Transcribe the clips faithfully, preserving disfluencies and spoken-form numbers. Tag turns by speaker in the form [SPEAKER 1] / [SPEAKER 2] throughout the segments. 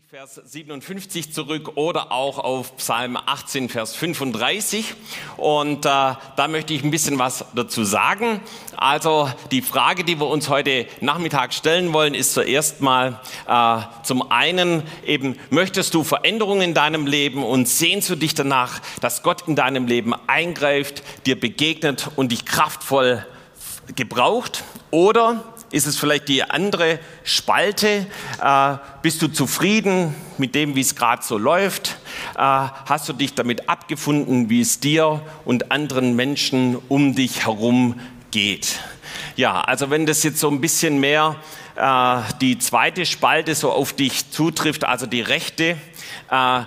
[SPEAKER 1] Vers siebenundfünfzig zurück oder auch auf Psalm achtzehn, Vers fünfunddreißig. Und äh, da möchte ich ein bisschen was dazu sagen. Also die Frage, die wir uns heute Nachmittag stellen wollen, ist zuerst mal äh, zum einen eben, möchtest du Veränderungen in deinem Leben und sehnst du dich danach, dass Gott in deinem Leben eingreift, dir begegnet und dich kraftvoll gebraucht? Oder ist es vielleicht die andere Spalte? Äh, bist du zufrieden mit dem, wie es gerade so läuft? Äh, hast du dich damit abgefunden, wie es dir und anderen Menschen um dich herum geht? Ja, also wenn das jetzt so ein bisschen mehr äh, die zweite Spalte so auf dich zutrifft, also die rechte, äh,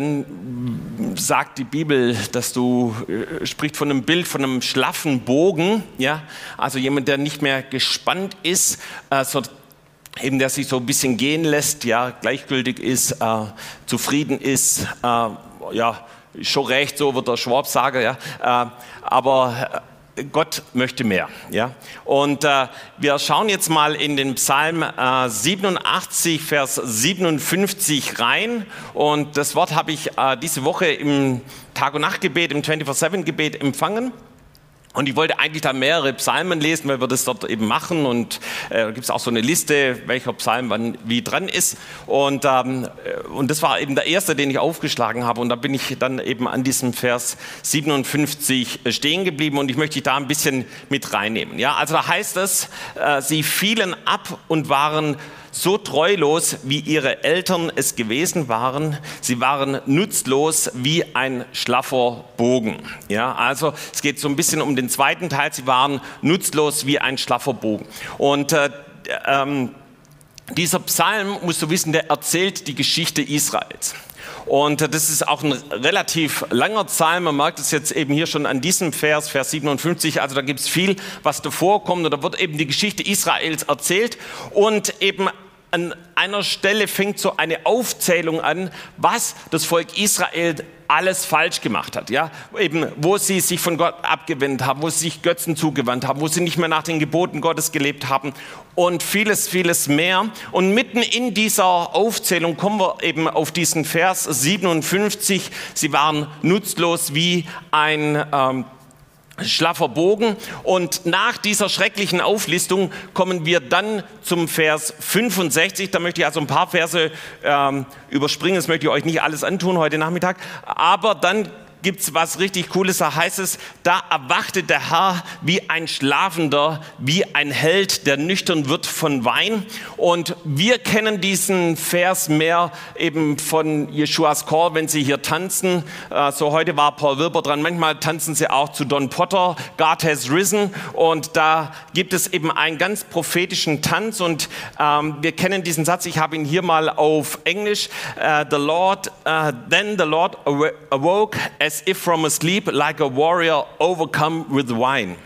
[SPEAKER 1] dann sagt die Bibel, dass du, äh, spricht von einem Bild, von einem schlaffen Bogen, ja, also jemand, der nicht mehr gespannt ist, äh, so, eben der sich so ein bisschen gehen lässt, ja, gleichgültig ist, äh, zufrieden ist, äh, ja, schon recht, so wird der Schwab sagen, ja, äh, aber äh, Gott möchte mehr, ja. Und äh, wir schauen jetzt mal in den Psalm äh, siebenundachtzig, Vers siebenundfünfzig rein. Und das Wort habe ich äh, diese Woche im Tag- und Nachtgebet, im vierundzwanzig sieben Gebet empfangen. Und ich wollte eigentlich da mehrere Psalmen lesen, weil wir das dort eben machen. Und äh, da gibt es auch so eine Liste, welcher Psalm wann wie dran ist. Und, ähm, und das war eben der erste, den ich aufgeschlagen habe. Und da bin ich dann eben an diesem Vers siebenundfünfzig stehen geblieben. Und ich möchte dich da ein bisschen mit reinnehmen. Ja, also da heißt es, äh, sie fielen ab und waren so treulos, wie ihre Eltern es gewesen waren. Sie waren nutzlos wie ein schlaffer Bogen. Ja, also es geht so ein bisschen um den zweiten Teil. Sie waren nutzlos wie ein schlaffer Bogen. Und äh, ähm, dieser Psalm, musst du wissen, der erzählt die Geschichte Israels. Und das ist auch ein relativ langer Psalm. Man merkt es jetzt eben hier schon an diesem Vers, Vers siebenundfünfzig. Also da gibt es viel, was davor kommt. Und da wird eben die Geschichte Israels erzählt. Und eben an einer Stelle fängt so eine Aufzählung an, was das Volk Israel alles falsch gemacht hat, ja, eben wo sie sich von Gott abgewendet haben, wo sie sich Götzen zugewandt haben, wo sie nicht mehr nach den Geboten Gottes gelebt haben und vieles, vieles mehr. Und mitten in dieser Aufzählung kommen wir eben auf diesen Vers siebenundfünfzig. Sie waren nutzlos wie ein ähm, schlaffer Bogen. Und nach dieser schrecklichen Auflistung kommen wir dann zum Vers fünfundsechzig. Da möchte ich also ein paar Verse ähm, überspringen. Das möchte ich euch nicht alles antun heute Nachmittag. Aber dann gibt es was richtig Cooles. Da heißt es, da erwachte der Herr wie ein Schlafender, wie ein Held, der nüchtern wird von Wein. Und wir kennen diesen Vers mehr eben von Jeschuas Chor, wenn sie hier tanzen. Äh, so heute war Paul Wilber dran. Manchmal tanzen sie auch zu Don Potter, God Has Risen. Und da gibt es eben einen ganz prophetischen Tanz. Und ähm, wir kennen diesen Satz. Ich habe ihn hier mal auf Englisch. Uh, the Lord, uh, then the Lord awoke as if from a sleep, like a warrior overcome with wine.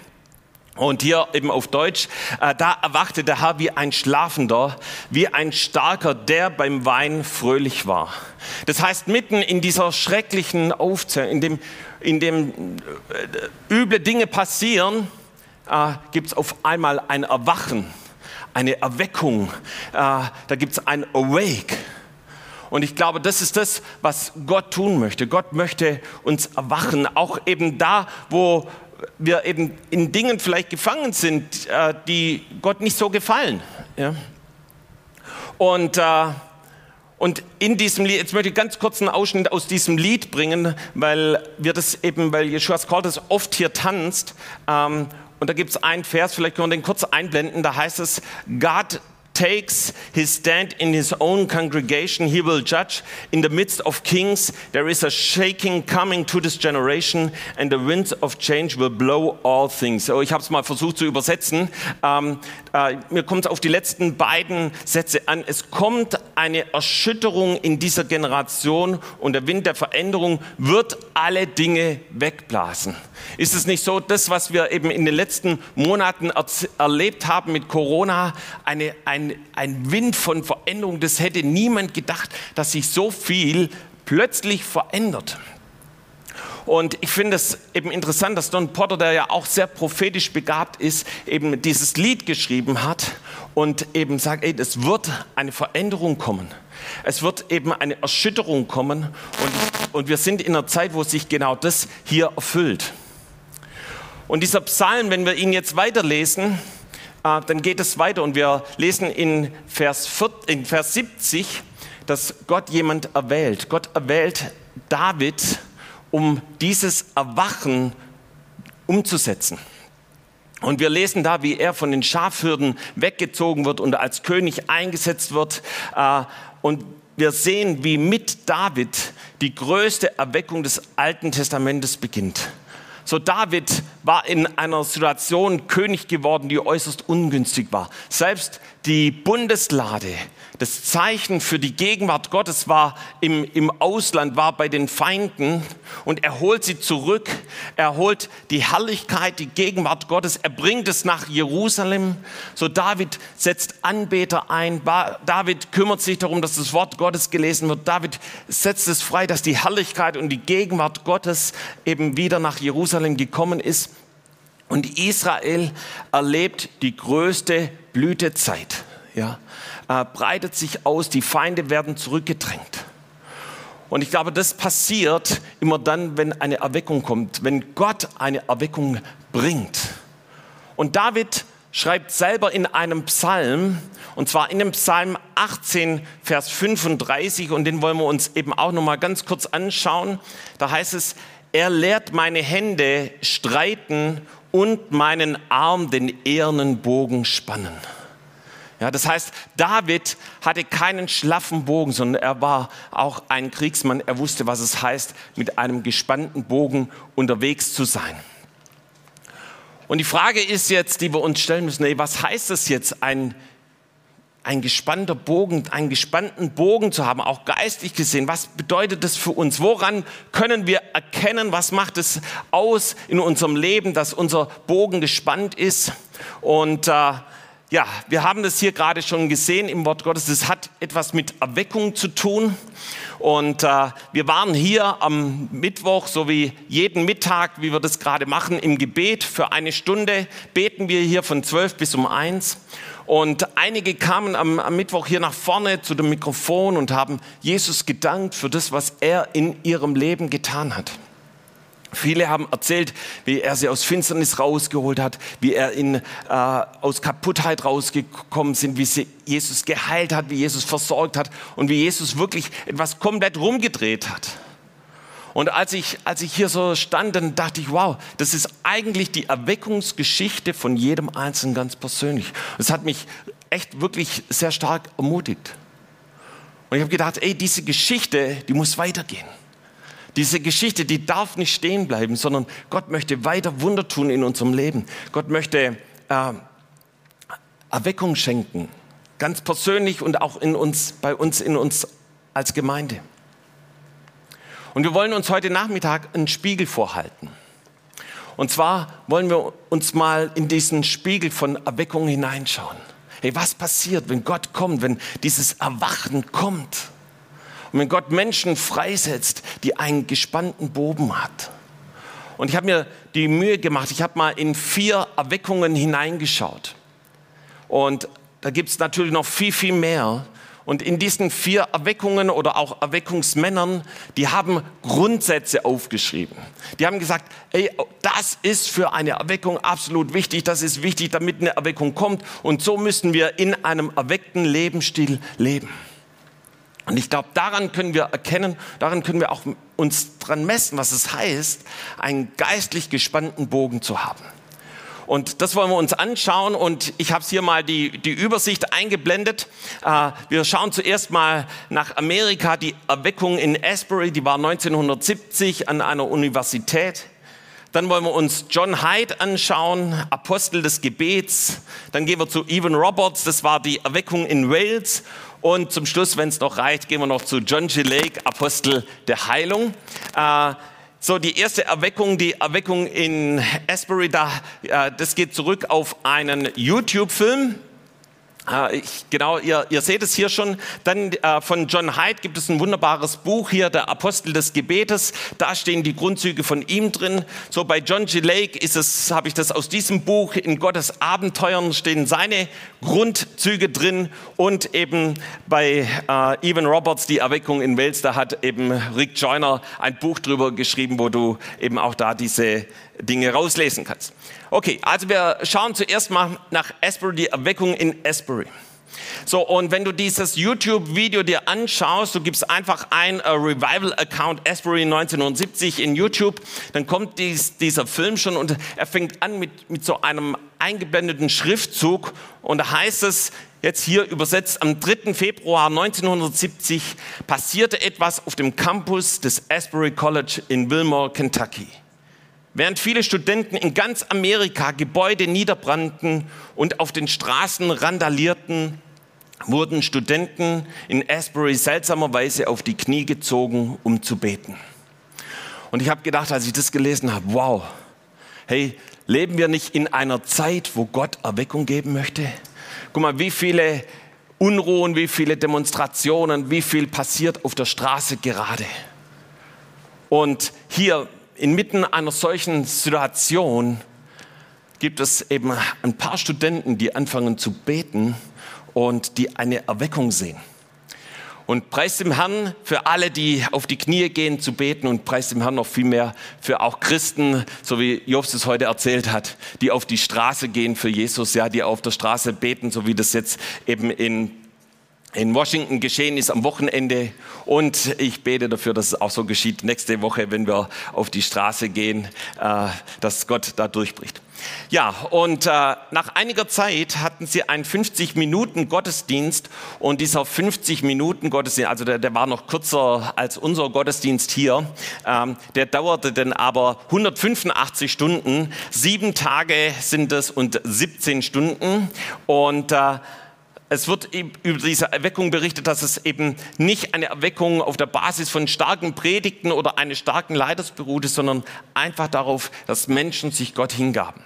[SPEAKER 1] Und hier eben auf Deutsch, äh, da erwachte der Herr wie ein Schlafender, wie ein Starker, der beim Wein fröhlich war. Das heißt, mitten in dieser schrecklichen Aufzählung, in dem, in dem äh, üble Dinge passieren, äh, gibt es auf einmal ein Erwachen, eine Erweckung, äh, da gibt es ein Awake. Und ich glaube, das ist das, was Gott tun möchte. Gott möchte uns erwachen, auch eben da, wo wir eben in Dingen vielleicht gefangen sind, die Gott nicht so gefallen. Ja? Und, äh, und in diesem Lied, jetzt möchte ich ganz kurz einen Ausschnitt aus diesem Lied bringen, weil wir das eben, weil Jeschuas Chor das oft hier tanzt. Ähm, und da gibt es einen Vers, vielleicht können wir den kurz einblenden, da heißt es, God takes his stand in his own congregation, he will judge in the midst of kings. There is a shaking coming to this generation and the winds of change will blow all things. So, ich habe es mal versucht zu übersetzen. Ähm, äh, mir kommt es auf die letzten beiden Sätze an. Es kommt eine Erschütterung in dieser Generation und der Wind der Veränderung wird alle Dinge wegblasen. Ist es nicht so, das, was wir eben in den letzten Monaten er- erlebt haben mit Corona, eine, ein, ein Wind von Veränderung, das hätte niemand gedacht, dass sich so viel plötzlich verändert. Und ich finde es eben interessant, dass Don Potter, der ja auch sehr prophetisch begabt ist, eben dieses Lied geschrieben hat und eben sagt, ey, es wird eine Veränderung kommen. Es wird eben eine Erschütterung kommen und, und wir sind in einer Zeit, wo sich genau das hier erfüllt. Und dieser Psalm, wenn wir ihn jetzt weiterlesen, äh, dann geht es weiter und wir lesen in Vers, vier, in Vers siebzig, dass Gott jemand erwählt. Gott erwählt David, um dieses Erwachen umzusetzen. Und wir lesen da, wie er von den Schafhürden weggezogen wird und als König eingesetzt wird. Und wir sehen, wie mit David die größte Erweckung des Alten Testamentes beginnt. So, David war in einer Situation König geworden, die äußerst ungünstig war. Selbst die Bundeslade, das Zeichen für die Gegenwart Gottes, war im, im Ausland, war bei den Feinden, und er holt sie zurück. Er holt die Herrlichkeit, die Gegenwart Gottes, er bringt es nach Jerusalem. So, David setzt Anbeter ein. David kümmert sich darum, dass das Wort Gottes gelesen wird. David setzt es frei, dass die Herrlichkeit und die Gegenwart Gottes eben wieder nach Jerusalem gekommen ist. Und Israel erlebt die größte Blütezeit. Ja, äh, breitet sich aus, die Feinde werden zurückgedrängt. Und ich glaube, das passiert immer dann, wenn eine Erweckung kommt, wenn Gott eine Erweckung bringt. Und David schreibt selber in einem Psalm, und zwar in dem Psalm achtzehn, Vers fünfunddreißig, und den wollen wir uns eben auch noch mal ganz kurz anschauen. Da heißt es: Er lehrt meine Hände streiten und meinen Arm den ehernen Bogen spannen. Ja, das heißt, David hatte keinen schlaffen Bogen, sondern er war auch ein Kriegsmann. Er wusste, was es heißt, mit einem gespannten Bogen unterwegs zu sein. Und die Frage ist jetzt, die wir uns stellen müssen: ey, was heißt es jetzt, ein, ein gespannter Bogen, einen gespannten Bogen zu haben, auch geistlich gesehen? Was bedeutet das für uns? Woran können wir erkennen, was macht es aus in unserem Leben, dass unser Bogen gespannt ist? Und äh, ja, wir haben das hier gerade schon gesehen im Wort Gottes. Das hat etwas mit Erweckung zu tun. Und äh, wir waren hier am Mittwoch, so wie jeden Mittag, wie wir das gerade machen, im Gebet. Für eine Stunde beten wir hier von zwölf bis um eins. Und einige kamen am, am Mittwoch hier nach vorne zu dem Mikrofon und haben Jesus gedankt für das, was er in ihrem Leben getan hat. Viele haben erzählt, wie er sie aus Finsternis rausgeholt hat, wie er in, äh, aus Kaputtheit rausgekommen sind, wie sie Jesus geheilt hat, wie Jesus versorgt hat und wie Jesus wirklich etwas komplett rumgedreht hat. Und als ich, als ich hier so stand, dann dachte ich, wow, das ist eigentlich die Erweckungsgeschichte von jedem Einzelnen ganz persönlich. Das hat mich echt wirklich sehr stark ermutigt. Und ich habe gedacht, ey, diese Geschichte, die muss weitergehen. Diese Geschichte, die darf nicht stehen bleiben, sondern Gott möchte weiter Wunder tun in unserem Leben. Gott möchte äh, Erweckung schenken, ganz persönlich und auch in uns, bei uns, in uns als Gemeinde. Und wir wollen uns heute Nachmittag einen Spiegel vorhalten. Und zwar wollen wir uns mal in diesen Spiegel von Erweckung hineinschauen. Hey, was passiert, wenn Gott kommt, wenn dieses Erwachen kommt? Und wenn Gott Menschen freisetzt, die einen gespannten Bogen hat. Und ich habe mir die Mühe gemacht, ich habe mal in vier Erweckungen hineingeschaut. Und da gibt es natürlich noch viel, viel mehr. Und in diesen vier Erweckungen oder auch Erweckungsmännern, die haben Grundsätze aufgeschrieben. Die haben gesagt, ey, das ist für eine Erweckung absolut wichtig, das ist wichtig, damit eine Erweckung kommt. Und so müssen wir in einem erweckten Lebensstil leben. Und ich glaube, daran können wir erkennen, daran können wir auch uns dran messen, was es heißt, einen geistlich gespannten Bogen zu haben. Und das wollen wir uns anschauen und ich habe hier mal die, die Übersicht eingeblendet. Äh, wir schauen zuerst mal nach Amerika, die Erweckung in Asbury, die war neunzehnhundertsiebzig an einer Universität. Dann wollen wir uns John Hyde anschauen, Apostel des Gebets. Dann gehen wir zu Evan Roberts, das war die Erweckung in Wales. Und zum Schluss, wenn es noch reicht, gehen wir noch zu John G. Lake, Apostel der Heilung. Äh, so, die erste Erweckung, die Erweckung in Asbury, da, äh, das geht zurück auf einen YouTube-Film. Ich, genau, ihr, ihr seht es hier schon. Dann äh, von John Hyde gibt es ein wunderbares Buch hier, der Apostel des Gebetes. Da stehen die Grundzüge von ihm drin. So bei John G. Lake ist es, habe ich das aus diesem Buch. In Gottes Abenteuern stehen seine Grundzüge drin. Und eben bei äh, Evan Roberts, die Erweckung in Wales, da hat eben Rick Joyner ein Buch drüber geschrieben, wo du eben auch da diese Dinge rauslesen kannst. Okay, also wir schauen zuerst mal nach Asbury, die Erweckung in Asbury. So, und wenn du dieses YouTube-Video dir anschaust, du gibst einfach ein uh, Revival-Account Asbury neunzehnhundertsiebzig in YouTube, dann kommt dies, dieser Film schon und er fängt an mit, mit so einem eingeblendeten Schriftzug und da heißt es, jetzt hier übersetzt, am dritten Februar neunzehnhundertsiebzig passierte etwas auf dem Campus des Asbury College in Wilmore, Kentucky. Während viele Studenten in ganz Amerika Gebäude niederbrannten und auf den Straßen randalierten, wurden Studenten in Asbury seltsamerweise auf die Knie gezogen, um zu beten. Und ich habe gedacht, als ich das gelesen habe, wow, hey, leben wir nicht in einer Zeit, wo Gott Erweckung geben möchte? Guck mal, wie viele Unruhen, wie viele Demonstrationen, wie viel passiert auf der Straße gerade. Und hier inmitten einer solchen Situation gibt es eben ein paar Studenten, die anfangen zu beten und die eine Erweckung sehen. Und preis dem Herrn für alle, die auf die Knie gehen zu beten und preis dem Herrn noch viel mehr für auch Christen, so wie Jobs es heute erzählt hat, die auf die Straße gehen für Jesus, ja, die auf der Straße beten, so wie das jetzt eben in in Washington geschehen ist am Wochenende und ich bete dafür, dass es auch so geschieht nächste Woche, wenn wir auf die Straße gehen, äh, dass Gott da durchbricht. Ja, und äh, nach einiger Zeit hatten sie einen fünfzig Minuten Gottesdienst und dieser fünfzig Minuten Gottesdienst, also der, der war noch kürzer als unser Gottesdienst hier, ähm, der dauerte dann aber hundertfünfundachtzig Stunden, sieben Tage sind es und siebzehn Stunden und äh, es wird über diese Erweckung berichtet, dass es eben nicht eine Erweckung auf der Basis von starken Predigten oder eines starken Leiters beruhte, sondern einfach darauf, dass Menschen sich Gott hingaben.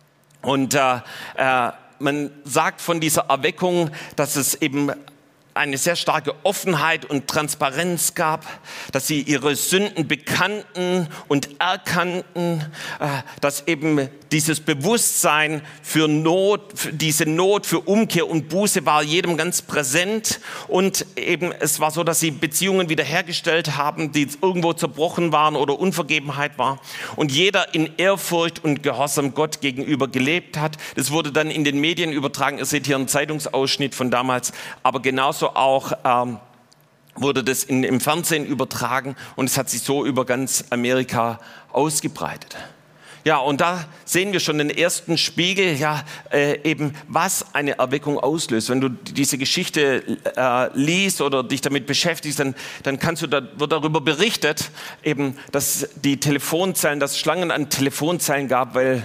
[SPEAKER 1] Und äh, äh, man sagt von dieser Erweckung, dass es eben eine sehr starke Offenheit und Transparenz gab, dass sie ihre Sünden bekannten und erkannten, dass eben dieses Bewusstsein für Not, für diese Not für Umkehr und Buße war jedem ganz präsent und eben es war so, dass sie Beziehungen wiederhergestellt haben, die irgendwo zerbrochen waren oder Unvergebenheit war und jeder in Ehrfurcht und Gehorsam Gott gegenüber gelebt hat. Das wurde dann in den Medien übertragen, ihr seht hier einen Zeitungsausschnitt von damals, aber genauso auch ähm, wurde das in, im Fernsehen übertragen und es hat sich so über ganz Amerika ausgebreitet. Ja, und da sehen wir schon den ersten Spiegel, ja, äh, eben was eine Erweckung auslöst. Wenn du diese Geschichte äh, liest oder dich damit beschäftigst, dann, dann kannst du da, wird darüber berichtet, eben, dass die Telefonzellen, dass es Schlangen an Telefonzellen gab, weil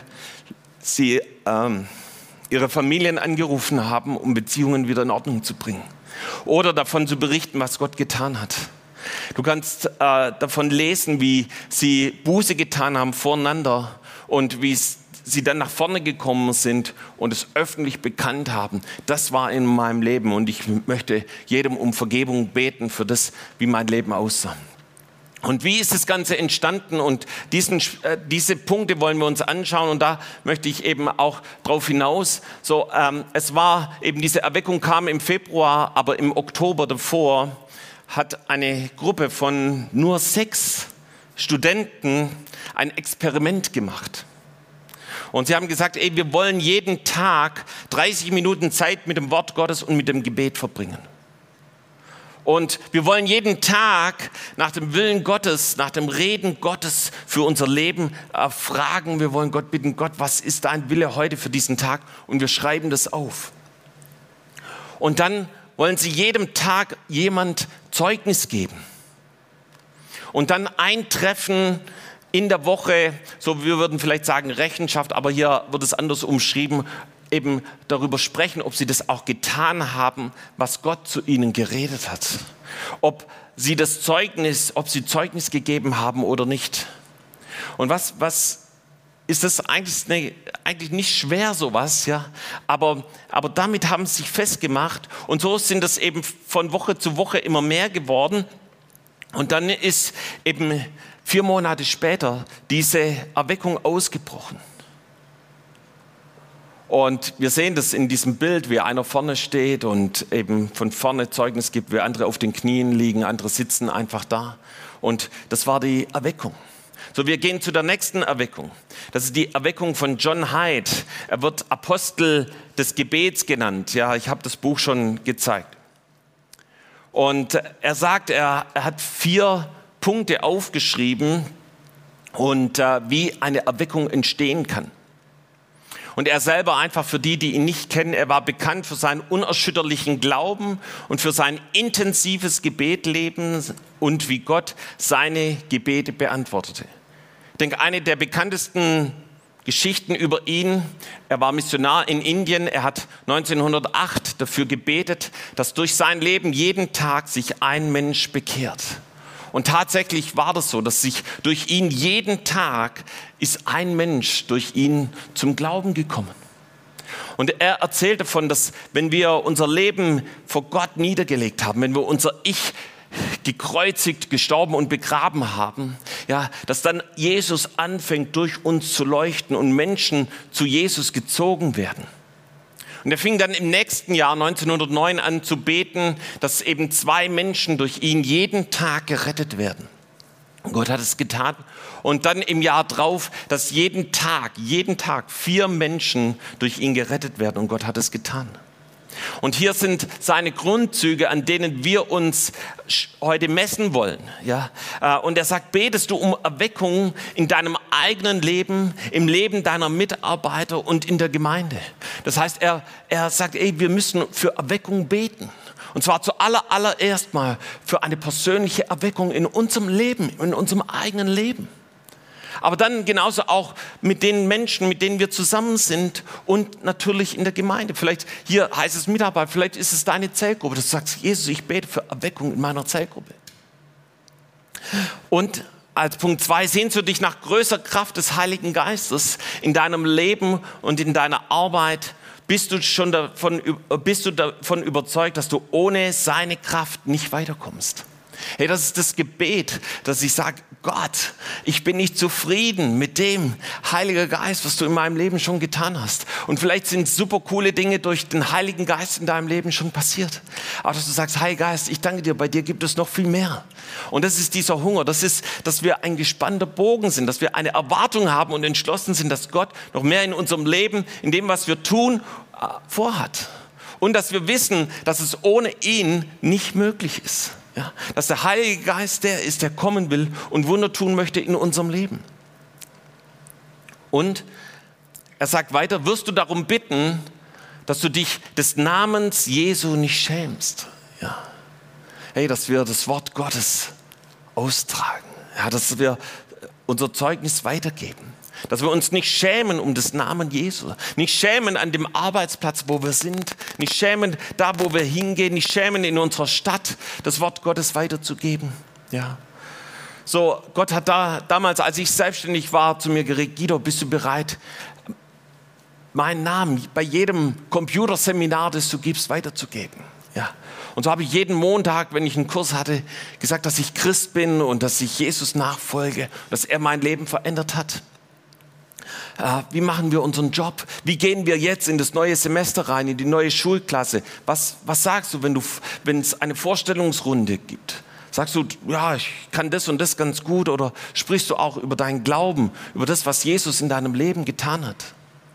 [SPEAKER 1] sie ähm, ihre Familien angerufen haben, um Beziehungen wieder in Ordnung zu bringen. Oder davon zu berichten, was Gott getan hat. Du kannst äh, davon lesen, wie sie Buße getan haben voreinander und wie sie dann nach vorne gekommen sind und es öffentlich bekannt haben. Das war in meinem Leben und ich möchte jedem um Vergebung beten für das, wie mein Leben aussah. Und wie ist das Ganze entstanden? Und diesen, äh, diese Punkte wollen wir uns anschauen. Und da möchte ich eben auch drauf hinaus. So, ähm, es war eben diese Erweckung kam im Februar, aber im Oktober davor hat eine Gruppe von nur sechs Studenten ein Experiment gemacht. Und sie haben gesagt, ey, wir wollen jeden Tag dreißig Minuten Zeit mit dem Wort Gottes und mit dem Gebet verbringen. Und wir wollen jeden Tag nach dem Willen Gottes, nach dem Reden Gottes für unser Leben äh, fragen. Wir wollen Gott bitten, Gott, was ist dein Wille heute für diesen Tag? Und wir schreiben das auf. Und dann wollen sie jedem Tag jemand Zeugnis geben. Und dann ein Treffen in der Woche, so wir würden vielleicht sagen Rechenschaft, aber hier wird es anders umschrieben, eben darüber sprechen, ob sie das auch getan haben, was Gott zu ihnen geredet hat. Ob sie das Zeugnis, ob sie Zeugnis gegeben haben oder nicht. Und was, was ist das eigentlich, eine, eigentlich nicht schwer, sowas, ja. Aber, aber damit haben sie sich festgemacht und so sind es eben von Woche zu Woche immer mehr geworden. Und dann ist eben vier Monate später diese Erweckung ausgebrochen. Und wir sehen das in diesem Bild, wie einer vorne steht und eben von vorne Zeugnis gibt, wie andere auf den Knien liegen, andere sitzen einfach da. Und das war die Erweckung. So, wir gehen zu der nächsten Erweckung. Das ist die Erweckung von John Hyde. Er wird Apostel des Gebets genannt. Ja, ich habe das Buch schon gezeigt. Und er sagt, er, er hat vier Punkte aufgeschrieben und äh, wie eine Erweckung entstehen kann. Und er selber, einfach für die, die ihn nicht kennen, er war bekannt für seinen unerschütterlichen Glauben und für sein intensives Gebetleben und wie Gott seine Gebete beantwortete. Ich denke, eine der bekanntesten Geschichten über ihn, er war Missionar in Indien, er hat neunzehnhundertacht dafür gebetet, dass durch sein Leben jeden Tag sich ein Mensch bekehrt. Und tatsächlich war das so, dass sich durch ihn jeden Tag ist ein Mensch durch ihn zum Glauben gekommen. Und er erzählt davon, dass wenn wir unser Leben vor Gott niedergelegt haben, wenn wir unser Ich gekreuzigt, gestorben und begraben haben, ja, dass dann Jesus anfängt, durch uns zu leuchten und Menschen zu Jesus gezogen werden. Und er fing dann im nächsten Jahr neunzehnhundertneun an zu beten, dass eben zwei Menschen durch ihn jeden Tag gerettet werden. Und Gott hat es getan. Und dann im Jahr drauf, dass jeden Tag, jeden Tag vier Menschen durch ihn gerettet werden. Und Gott hat es getan. Und hier sind seine Grundzüge, an denen wir uns heute messen wollen. Ja? Und er sagt, betest du um Erweckung in deinem eigenen Leben, im Leben deiner Mitarbeiter und in der Gemeinde. Das heißt, er, er sagt, ey, wir müssen für Erweckung beten. Und zwar zuallererst allererst mal für eine persönliche Erweckung in unserem Leben, in unserem eigenen Leben. Aber dann genauso auch mit den Menschen, mit denen wir zusammen sind und natürlich in der Gemeinde. Vielleicht hier heißt es Mitarbeit, vielleicht ist es deine Zellgruppe. Du sagst, Jesus, ich bete für Erweckung in meiner Zellgruppe. Und als Punkt zwei, sehnst du dich nach größerer Kraft des Heiligen Geistes in deinem Leben und in deiner Arbeit? Bist du schon davon, bist du davon überzeugt, dass du ohne seine Kraft nicht weiterkommst? Hey, das ist das Gebet, dass ich sage, Gott, ich bin nicht zufrieden mit dem Heiligen Geist, was du in meinem Leben schon getan hast. Und vielleicht sind super coole Dinge durch den Heiligen Geist in deinem Leben schon passiert. Aber dass du sagst, Heiliger Geist, ich danke dir, bei dir gibt es noch viel mehr. Und das ist dieser Hunger, das ist, dass wir ein gespannter Bogen sind, dass wir eine Erwartung haben und entschlossen sind, dass Gott noch mehr in unserem Leben, in dem, was wir tun, vorhat. Und dass wir wissen, dass es ohne ihn nicht möglich ist. Ja, dass der Heilige Geist der ist, der kommen will und Wunder tun möchte in unserem Leben. Und er sagt weiter, wirst du darum bitten, dass du dich des Namens Jesu nicht schämst. Ja. Hey, dass wir das Wort Gottes austragen, ja, dass wir unser Zeugnis weitergeben. Dass wir uns nicht schämen um des Namen Jesu, nicht schämen an dem Arbeitsplatz, wo wir sind, nicht schämen da, wo wir hingehen, nicht schämen in unserer Stadt, das Wort Gottes weiterzugeben. Ja. So, Gott hat da damals, als ich selbstständig war, zu mir geredet, Guido, bist du bereit, meinen Namen bei jedem Computerseminar, das du gibst, weiterzugeben? Ja. Und so habe ich jeden Montag, wenn ich einen Kurs hatte, gesagt, dass ich Christ bin und dass ich Jesus nachfolge, dass er mein Leben verändert hat. Wie machen wir unseren Job? Wie gehen wir jetzt in das neue Semester rein, in die neue Schulklasse? Was, was sagst du, wenn du, wenn es eine Vorstellungsrunde gibt? Sagst du, ja, ich kann das und das ganz gut? Oder sprichst du auch über deinen Glauben, über das, was Jesus in deinem Leben getan hat?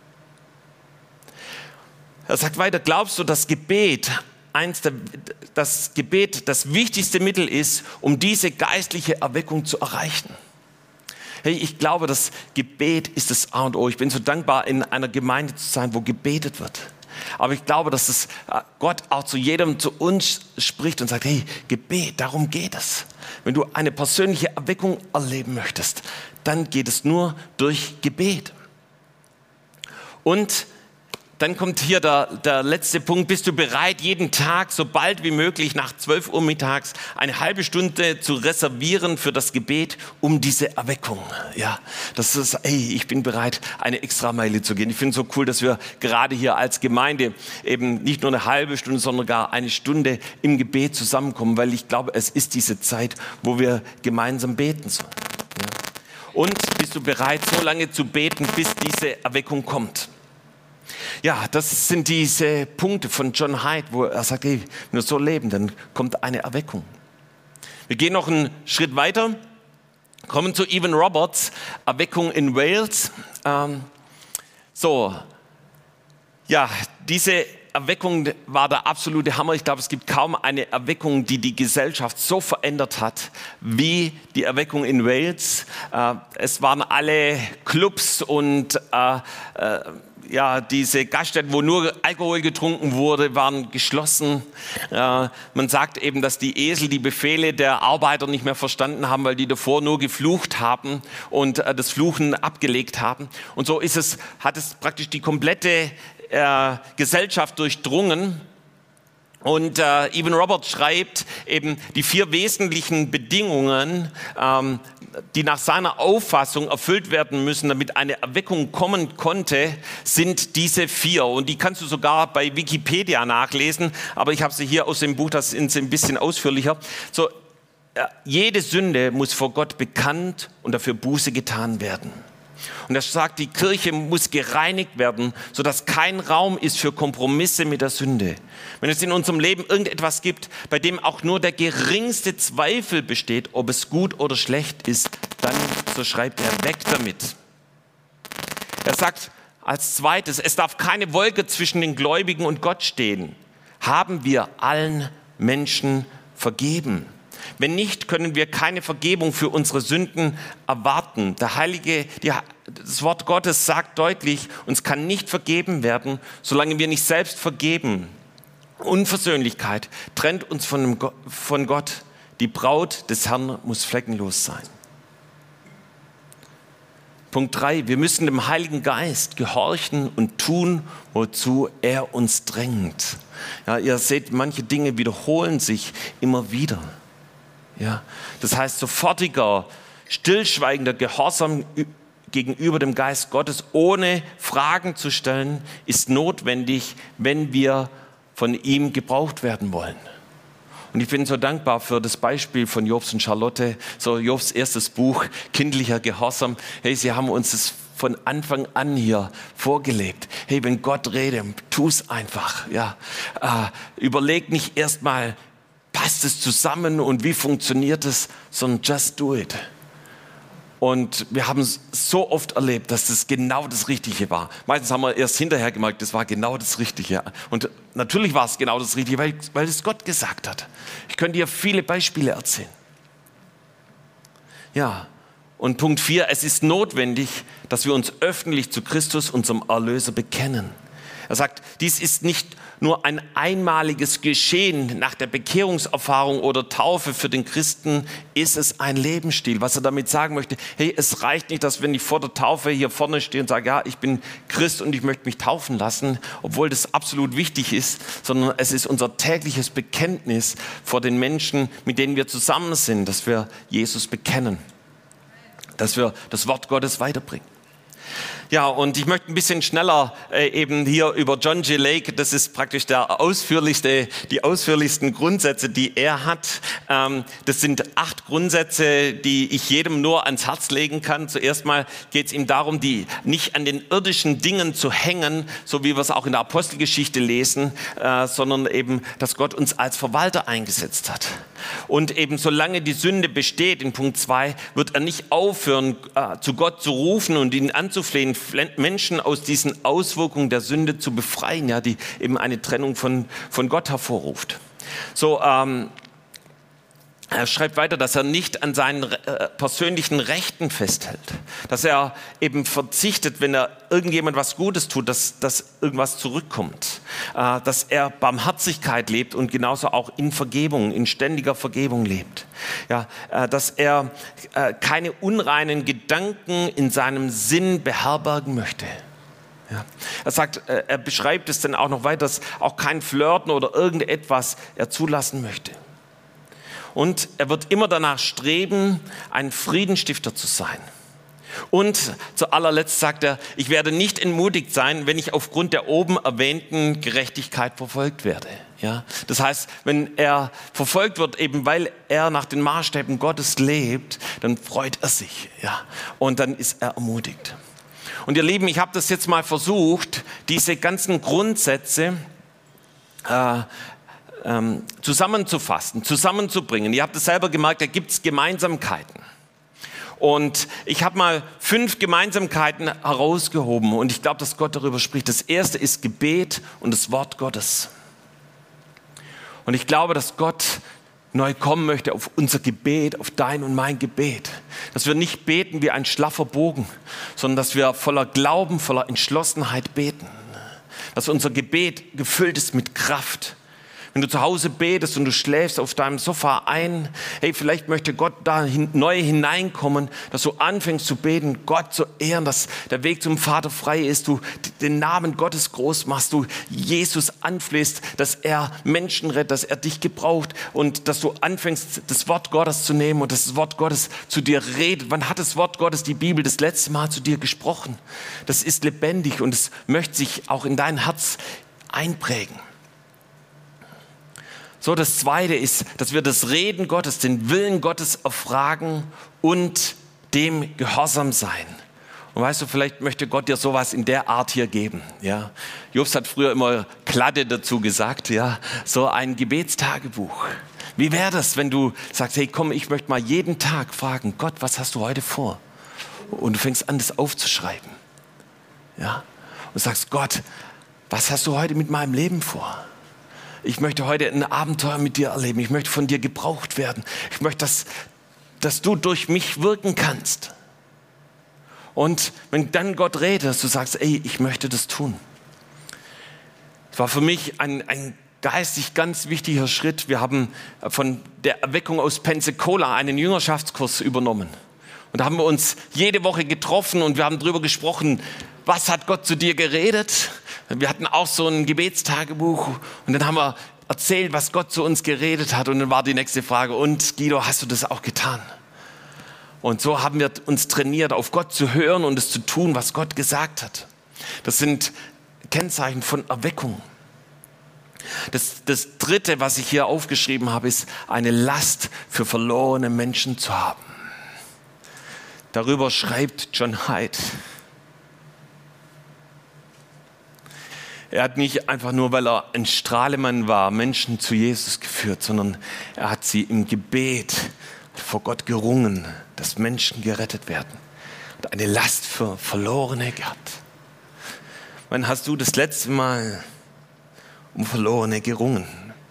[SPEAKER 1] Er sagt weiter, glaubst du, dass Gebet, eins der, das Gebet das wichtigste Mittel ist, um diese geistliche Erweckung zu erreichen? Hey, ich glaube, das Gebet ist das A und O. Ich bin so dankbar, in einer Gemeinde zu sein, wo gebetet wird. Aber ich glaube, dass es Gott auch zu jedem, zu uns spricht und sagt, hey, Gebet, darum geht es. Wenn du eine persönliche Erweckung erleben möchtest, dann geht es nur durch Gebet. Und dann kommt hier der, der letzte Punkt. Bist du bereit, jeden Tag so bald wie möglich nach zwölf Uhr mittags eine halbe Stunde zu reservieren für das Gebet um diese Erweckung? Ja, das ist, ey, ich bin bereit, eine Extrameile zu gehen. Ich finde es so cool, dass wir gerade hier als Gemeinde eben nicht nur eine halbe Stunde, sondern gar eine Stunde im Gebet zusammenkommen, weil ich glaube, es ist diese Zeit, wo wir gemeinsam beten sollen. Ja. Und bist du bereit, so lange zu beten, bis diese Erweckung kommt? Ja, das sind diese Punkte von John Hyde, wo er sagt, hey, wenn wir so leben, dann kommt eine Erweckung. Wir gehen noch einen Schritt weiter, kommen zu Evan Roberts, Erweckung in Wales. Ähm, so, ja, diese Erweckung war der absolute Hammer. Ich glaube, es gibt kaum eine Erweckung, die die Gesellschaft so verändert hat, wie die Erweckung in Wales. Äh, es waren alle Clubs und äh, äh, ja, diese Gaststätten, wo nur Alkohol getrunken wurde, waren geschlossen. Äh, man sagt eben, dass die Esel die Befehle der Arbeiter nicht mehr verstanden haben, weil die davor nur geflucht haben und äh, das Fluchen abgelegt haben. Und so ist es, hat es praktisch die komplette äh, Gesellschaft durchdrungen. Und äh, Evan Roberts schreibt eben die vier wesentlichen Bedingungen, ähm, die nach seiner Auffassung erfüllt werden müssen, damit eine Erweckung kommen konnte, sind diese vier. Und die kannst du sogar bei Wikipedia nachlesen, aber ich habe sie hier aus dem Buch, das sind sie ein bisschen ausführlicher. So, äh, jede Sünde muss vor Gott bekannt und dafür Buße getan werden. Und er sagt, die Kirche muss gereinigt werden, sodass kein Raum ist für Kompromisse mit der Sünde. Wenn es in unserem Leben irgendetwas gibt, bei dem auch nur der geringste Zweifel besteht, ob es gut oder schlecht ist, dann, so schreibt er, weg damit. Er sagt als zweites, es darf keine Wolke zwischen den Gläubigen und Gott stehen. Haben wir allen Menschen vergeben? Wenn nicht, können wir keine Vergebung für unsere Sünden erwarten. Der Heilige, die, das Wort Gottes sagt deutlich, uns kann nicht vergeben werden, solange wir nicht selbst vergeben. Unversöhnlichkeit trennt uns von, dem, von Gott. Die Braut des Herrn muss fleckenlos sein. Punkt drei, wir müssen dem Heiligen Geist gehorchen und tun, wozu er uns drängt. Ja, ihr seht, manche Dinge wiederholen sich immer wieder. Ja, das heißt, sofortiger, stillschweigender Gehorsam gegenüber dem Geist Gottes, ohne Fragen zu stellen, ist notwendig, wenn wir von ihm gebraucht werden wollen. Und ich bin so dankbar für das Beispiel von Jobs und Charlotte, so Jobs erstes Buch, Kindlicher Gehorsam. Hey, sie haben uns das von Anfang an hier vorgelebt. Hey, wenn Gott redet, tu es einfach. Ja, äh, überleg nicht erstmal, passt es zusammen und wie funktioniert es, sondern just do it. Und wir haben so oft erlebt, dass das genau das Richtige war. Meistens haben wir erst hinterher gemerkt, das war genau das Richtige. Und natürlich war es genau das Richtige, weil, weil es Gott gesagt hat. Ich könnte dir viele Beispiele erzählen. Ja, und Punkt vier, es ist notwendig, dass wir uns öffentlich zu Christus, unserem Erlöser, bekennen. Er sagt, dies ist nicht nur ein einmaliges Geschehen nach der Bekehrungserfahrung oder Taufe. Für den Christen ist es ein Lebensstil. Was er damit sagen möchte, hey, es reicht nicht, dass wenn ich vor der Taufe hier vorne stehe und sage, ja, ich bin Christ und ich möchte mich taufen lassen, obwohl das absolut wichtig ist, sondern es ist unser tägliches Bekenntnis vor den Menschen, mit denen wir zusammen sind, dass wir Jesus bekennen, dass wir das Wort Gottes weiterbringen. Ja, und ich möchte ein bisschen schneller äh, eben hier über John G. Lake, das ist praktisch der ausführlichste, die ausführlichsten Grundsätze, die er hat. Ähm, das sind acht Grundsätze, die ich jedem nur ans Herz legen kann. Zuerst mal geht es ihm darum, die nicht an den irdischen Dingen zu hängen, so wie wir es auch in der Apostelgeschichte lesen, äh, sondern eben, dass Gott uns als Verwalter eingesetzt hat. Und eben solange die Sünde besteht, in Punkt zwei, wird er nicht aufhören, äh, zu Gott zu rufen und ihn anzuflehen, Menschen aus diesen Auswirkungen der Sünde zu befreien, ja, die eben eine Trennung von, von Gott hervorruft. So, ähm, er schreibt weiter, dass er nicht an seinen äh, persönlichen Rechten festhält, dass er eben verzichtet, wenn er irgendjemand was Gutes tut, dass, dass irgendwas zurückkommt, äh, dass er Barmherzigkeit lebt und genauso auch in Vergebung, in ständiger Vergebung lebt, ja, äh, dass er äh, keine unreinen Gedanken in seinem Sinn beherbergen möchte. Ja. Er sagt, er beschreibt es dann auch noch weiter, dass auch kein Flirten oder irgendetwas er zulassen möchte. Und er wird immer danach streben, ein Friedensstifter zu sein. Und zu allerletzt sagt er, ich werde nicht entmutigt sein, wenn ich aufgrund der oben erwähnten Gerechtigkeit verfolgt werde. Ja? Das heißt, wenn er verfolgt wird, eben weil er nach den Maßstäben Gottes lebt, dann freut er sich. Ja? Und dann ist er ermutigt. Und ihr Lieben, ich habe das jetzt mal versucht, diese ganzen Grundsätze äh, ähm, zusammenzufassen, zusammenzubringen. Ihr habt es selber gemerkt, da gibt es Gemeinsamkeiten. Und ich habe mal fünf Gemeinsamkeiten herausgehoben und ich glaube, dass Gott darüber spricht. Das erste ist Gebet und das Wort Gottes. Und ich glaube, dass Gott neu kommen möchte auf unser Gebet, auf dein und mein Gebet. Dass wir nicht beten wie ein schlaffer Bogen, sondern dass wir voller Glauben, voller Entschlossenheit beten. Dass unser Gebet gefüllt ist mit Kraft. Wenn du zu Hause betest und du schläfst auf deinem Sofa ein, hey, vielleicht möchte Gott da hin, neu hineinkommen, dass du anfängst zu beten, Gott zu ehren, dass der Weg zum Vater frei ist, du den Namen Gottes groß machst, du Jesus anflehst, dass er Menschen rettet, dass er dich gebraucht und dass du anfängst, das Wort Gottes zu nehmen und das Wort Gottes zu dir redet. Wann hat das Wort Gottes, die Bibel, das letzte Mal zu dir gesprochen? Das ist lebendig und es möchte sich auch in dein Herz einprägen. So, das Zweite ist, dass wir das Reden Gottes, den Willen Gottes erfragen und dem gehorsam sein. Und weißt du, vielleicht möchte Gott dir sowas in der Art hier geben. Ja, Jobs hat früher immer Kladde dazu gesagt, ja, so ein Gebetstagebuch. Wie wäre das, wenn du sagst, hey, komm, ich möchte mal jeden Tag fragen, Gott, was hast du heute vor? Und du fängst an, das aufzuschreiben. Ja, und sagst, Gott, was hast du heute mit meinem Leben vor? Ich möchte heute ein Abenteuer mit dir erleben. Ich möchte von dir gebraucht werden. Ich möchte, dass, dass du durch mich wirken kannst. Und wenn dann Gott redet, dass du sagst, ey, ich möchte das tun. Es war für mich ein, ein geistig ganz wichtiger Schritt. Wir haben von der Erweckung aus Pensacola einen Jüngerschaftskurs übernommen. Und da haben wir uns jede Woche getroffen und wir haben darüber gesprochen, was hat Gott zu dir geredet? Wir hatten auch so ein Gebetstagebuch und dann haben wir erzählt, was Gott zu uns geredet hat. Und dann war die nächste Frage, und Guido, hast du das auch getan? Und so haben wir uns trainiert, auf Gott zu hören und es zu tun, was Gott gesagt hat. Das sind Kennzeichen von Erweckung. Das, das Dritte, was ich hier aufgeschrieben habe, ist eine Last für verlorene Menschen zu haben. Darüber schreibt John Hyde. Er hat nicht einfach nur, weil er ein Strahlemann war, Menschen zu Jesus geführt, sondern er hat sie im Gebet vor Gott gerungen, dass Menschen gerettet werden. Und eine Last für Verlorene gehabt. Wann hast du das letzte Mal um Verlorene gerungen?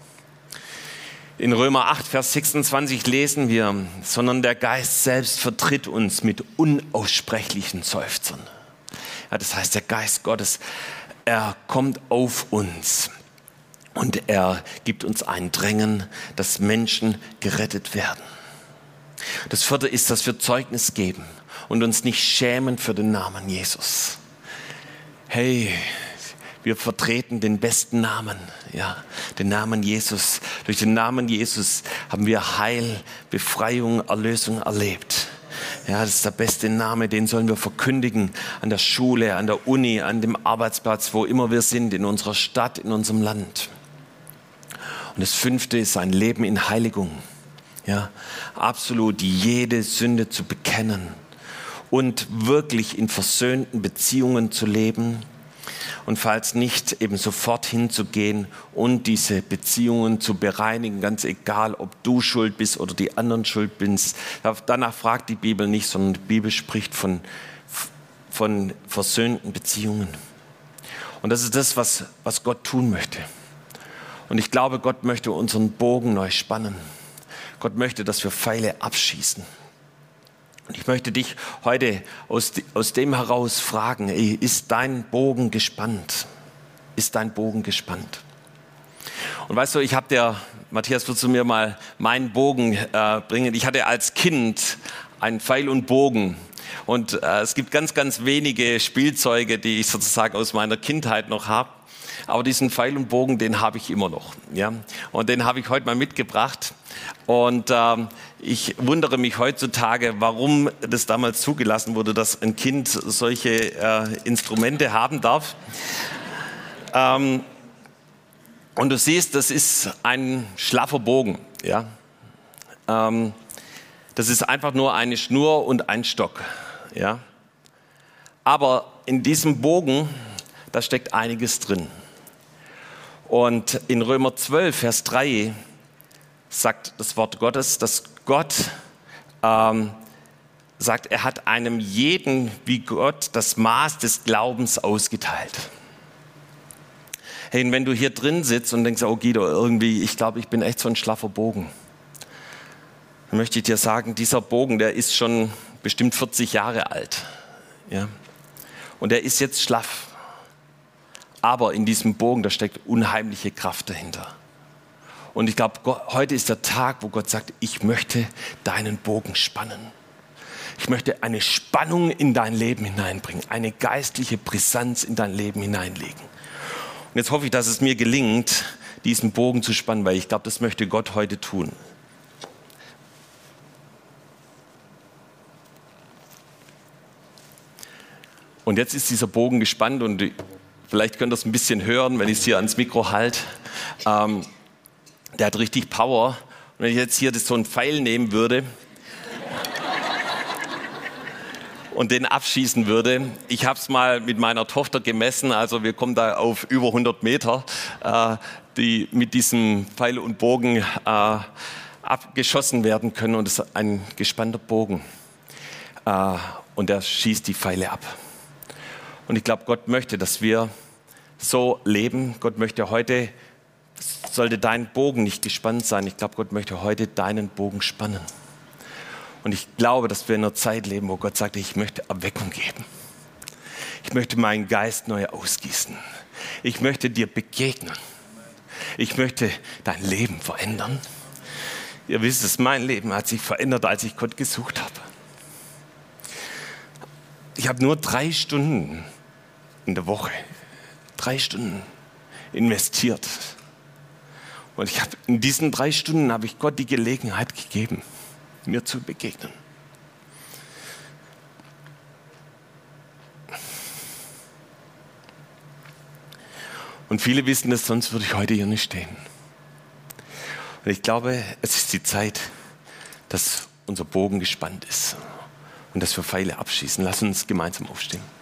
[SPEAKER 1] In Römer acht, Vers sechsundzwanzig lesen wir, sondern der Geist selbst vertritt uns mit unaussprechlichen Seufzern. Ja, das heißt, der Geist Gottes, er kommt auf uns und er gibt uns ein Drängen, dass Menschen gerettet werden. Das Vierte ist, dass wir Zeugnis geben und uns nicht schämen für den Namen Jesus. Hey, wir vertreten den besten Namen, ja, den Namen Jesus. Durch den Namen Jesus haben wir Heil, Befreiung, Erlösung erlebt. Ja, das ist der beste Name, den sollen wir verkündigen an der Schule, an der Uni, an dem Arbeitsplatz, wo immer wir sind, in unserer Stadt, in unserem Land. Und das Fünfte ist ein Leben in Heiligung. Ja, absolut jede Sünde zu bekennen und wirklich in versöhnten Beziehungen zu leben. Und falls nicht, eben sofort hinzugehen und diese Beziehungen zu bereinigen, ganz egal, ob du schuld bist oder die anderen schuld bist. Danach fragt die Bibel nicht, sondern die Bibel spricht von, von versöhnten Beziehungen. Und das ist das, was, was Gott tun möchte. Und ich glaube, Gott möchte unseren Bogen neu spannen. Gott möchte, dass wir Pfeile abschießen. Und ich möchte dich heute aus, aus dem heraus fragen, ey, ist dein Bogen gespannt? Ist dein Bogen gespannt? Und weißt du, ich habe der, Matthias, würdest du mir mal meinen Bogen äh, bringen? Ich hatte als Kind einen Pfeil und Bogen. Und äh, es gibt ganz, ganz wenige Spielzeuge, die ich sozusagen aus meiner Kindheit noch habe. Aber diesen Pfeil und Bogen, den habe ich immer noch. Ja? Und den habe ich heute mal mitgebracht. Und ähm, ich wundere mich heutzutage, warum das damals zugelassen wurde, dass ein Kind solche äh, Instrumente haben darf. ähm, und du siehst, das ist ein schlaffer Bogen. Ja? Ähm, das ist einfach nur eine Schnur und ein Stock. Ja? Aber in diesem Bogen, da steckt einiges drin. Und in Römer zwölf, Vers drei sagt das Wort Gottes, dass Gott ähm, sagt, er hat einem jeden wie Gott das Maß des Glaubens ausgeteilt. Hey, und wenn du hier drin sitzt und denkst, oh Guido, irgendwie, ich glaube, ich bin echt so ein schlaffer Bogen, dann möchte ich dir sagen, dieser Bogen, der ist schon bestimmt vierzig Jahre alt. Ja? Und der ist jetzt schlaff. Aber in diesem Bogen, da steckt unheimliche Kraft dahinter. Und ich glaube, heute ist der Tag, wo Gott sagt, ich möchte deinen Bogen spannen. Ich möchte eine Spannung in dein Leben hineinbringen, eine geistliche Brisanz in dein Leben hineinlegen. Und jetzt hoffe ich, dass es mir gelingt, diesen Bogen zu spannen, weil ich glaube, das möchte Gott heute tun. Und jetzt ist dieser Bogen gespannt und vielleicht könnt ihr es ein bisschen hören, wenn ich es hier ans Mikro halte. Ähm, der hat richtig Power. Und wenn ich jetzt hier das so einen Pfeil nehmen würde und den abschießen würde, ich habe es mal mit meiner Tochter gemessen, also wir kommen da auf über hundert Meter, äh, die mit diesem Pfeil und Bogen äh, abgeschossen werden können. Und es ist ein gespannter Bogen. Äh, und der schießt die Pfeile ab. Und ich glaube, Gott möchte, dass wir so leben. Gott möchte heute, sollte dein Bogen nicht gespannt sein. Ich glaube, Gott möchte heute deinen Bogen spannen. Und ich glaube, dass wir in einer Zeit leben, wo Gott sagt, ich möchte Erweckung geben. Ich möchte meinen Geist neu ausgießen. Ich möchte dir begegnen. Ich möchte dein Leben verändern. Ihr wisst es, mein Leben hat sich verändert, als ich Gott gesucht habe. Ich habe nur drei Stunden in der Woche, drei Stunden investiert. Und ich habe in diesen drei Stunden habe ich Gott die Gelegenheit gegeben, mir zu begegnen. Und viele wissen das, sonst würde ich heute hier nicht stehen. Und ich glaube, es ist die Zeit, dass unser Bogen gespannt ist und dass wir Pfeile abschießen. Lass uns gemeinsam aufstehen.